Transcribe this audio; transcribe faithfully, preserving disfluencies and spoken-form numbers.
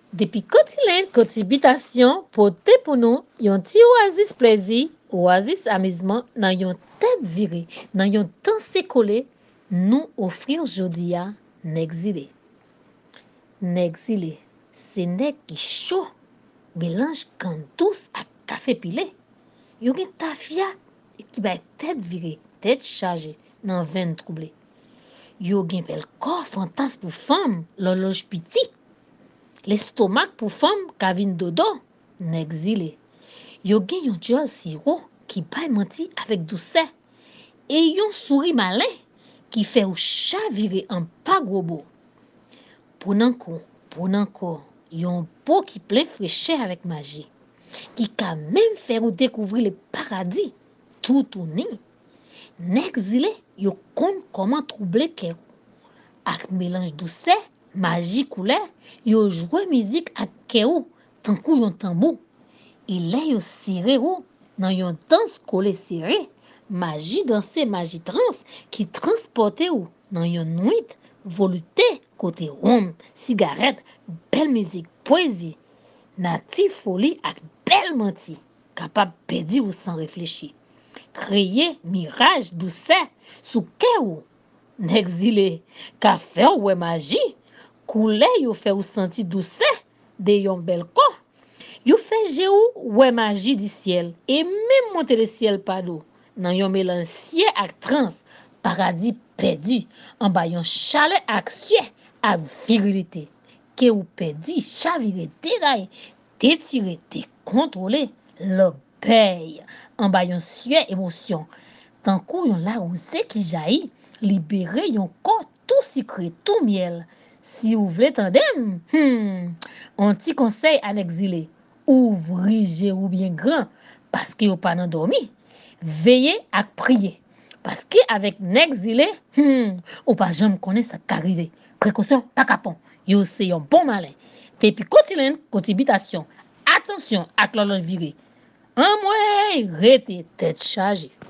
Depuis quotidien, quotibitation, pote pour nous, yon ti oasis plaisir, oasis amusement, dans yon tête virée, dans yon temps s'écoulé, nous offrir aujourd'hui à n'exilé. N'exilé, c'est nèg qui chaud, mélange can douce à café pilé. Yon gen tafia qui ba tête virée, tête chargée, dans veine troublée. Yo gen bel corps fantasme pour femme, l'horloge petit. L'estomac pour femme kavine dodo, n'exilé. Yo gen yon jol siro qui bay menti avec douceur. Et yon souris malin qui fait ou chavirer en pas gros beau. Pour nan ko, pour nan ko, yon beau qui plein fraîcheur avec magie. Qui ka même faire ou découvrir le paradis tout ou ni. N'exilé, yo kon comment troubler cœur. Ak mélange douceur, magie couleur, yo jouer musique ak cœur, tant kou yon tambou. Il est yo serré ou dans yon danse collé serré, magie danser magie trans qui transporte ou dans yon nuit volupté côté rhum, cigarette, belle musique, poésie, natif folie ak belle menti, capable perdre ou sans réfléchir. Créer mirage douceur sous cœur ou n'exilé ka fait ou magie couleur yo fait ou senti douceur de yon bel corps. Yo fait jeu ou magie du ciel et même monter le ciel pas d'eau dans yon mélange ciel ak trans paradis perdu en bas yon chalet ak ciel ak virilité que ou perdu chaviré déraille détiré décontrôlé l'obéi en bas yon ciel émotion tant kou yon la rosée qui jaillit libérer yon corps tout sucré tout miel si vous voulez tandem hmm, un petit conseil à l'exilé ouvrez ou bien grand parce que vous pas endormi. Veillez à prier parce que avec n'exilé, hmm, ou pas jamais connaît ça qu'arriver. Précaution, pas capon. Yo c'est un bon malin. Depuis quotidien, quotibitation. Attention à l'horloge virée. Un moyen, rete tête chargée.